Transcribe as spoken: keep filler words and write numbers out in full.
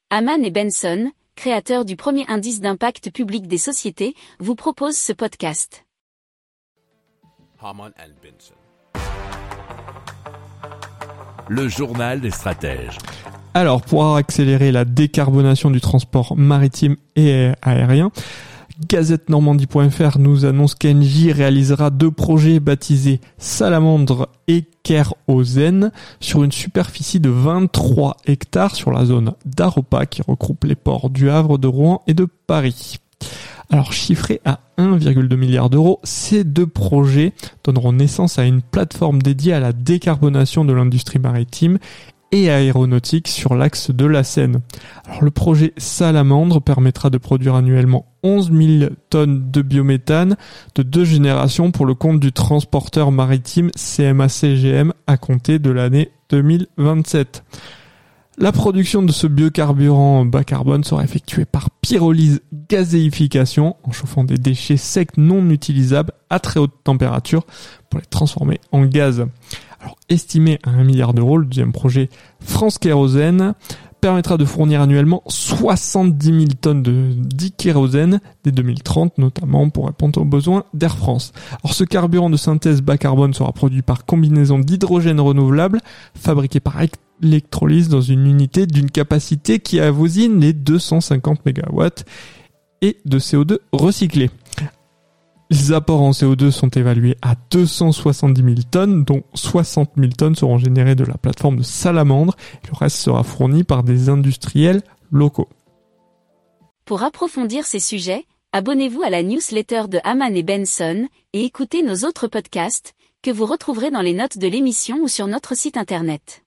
Hamann et Benson, créateurs du premier indice d'impact public des sociétés, vous proposent ce podcast. Hamann and Benson. Le journal des stratèges. Alors, pour accélérer la décarbonation du transport maritime et aérien, Gazette Normandie point F R nous annonce qu'Engie réalisera deux projets baptisés Salamandre et Kérosène sur une superficie de vingt-trois hectares sur la zone d'Aropa qui regroupe les ports du Havre, de Rouen et de Paris. Alors, chiffrés à un virgule deux milliard d'euros, ces deux projets donneront naissance à une plateforme dédiée à la décarbonation de l'industrie maritime et aéronautique sur l'axe de la Seine. Alors, le projet Salamandre permettra de produire annuellement onze mille tonnes de biométhane de deux générations pour le compte du transporteur maritime C M A C G M à compter de l'année deux mille vingt-sept. La production de ce biocarburant bas carbone sera effectuée par pyrolyse gazéification en chauffant des déchets secs non utilisables à très haute température pour les transformer en gaz. Alors, estimé à un milliard d'euros, le deuxième projet France Kérosène permettra de fournir annuellement soixante-dix mille tonnes de dikérosène dès deux mille trente, notamment pour répondre aux besoins d'Air France. Alors, ce carburant de synthèse bas carbone sera produit par combinaison d'hydrogène renouvelable, fabriqué par électrolyse dans une unité d'une capacité qui avoisine les deux cent cinquante mégawatts et de C O deux recyclé. Les apports en C O deux sont évalués à deux cent soixante-dix mille tonnes, dont soixante mille tonnes seront générées de la plateforme de Salamandre, et le reste sera fourni par des industriels locaux. Pour approfondir ces sujets, abonnez-vous à la newsletter de Hamann et Benson et écoutez nos autres podcasts que vous retrouverez dans les notes de l'émission ou sur notre site internet.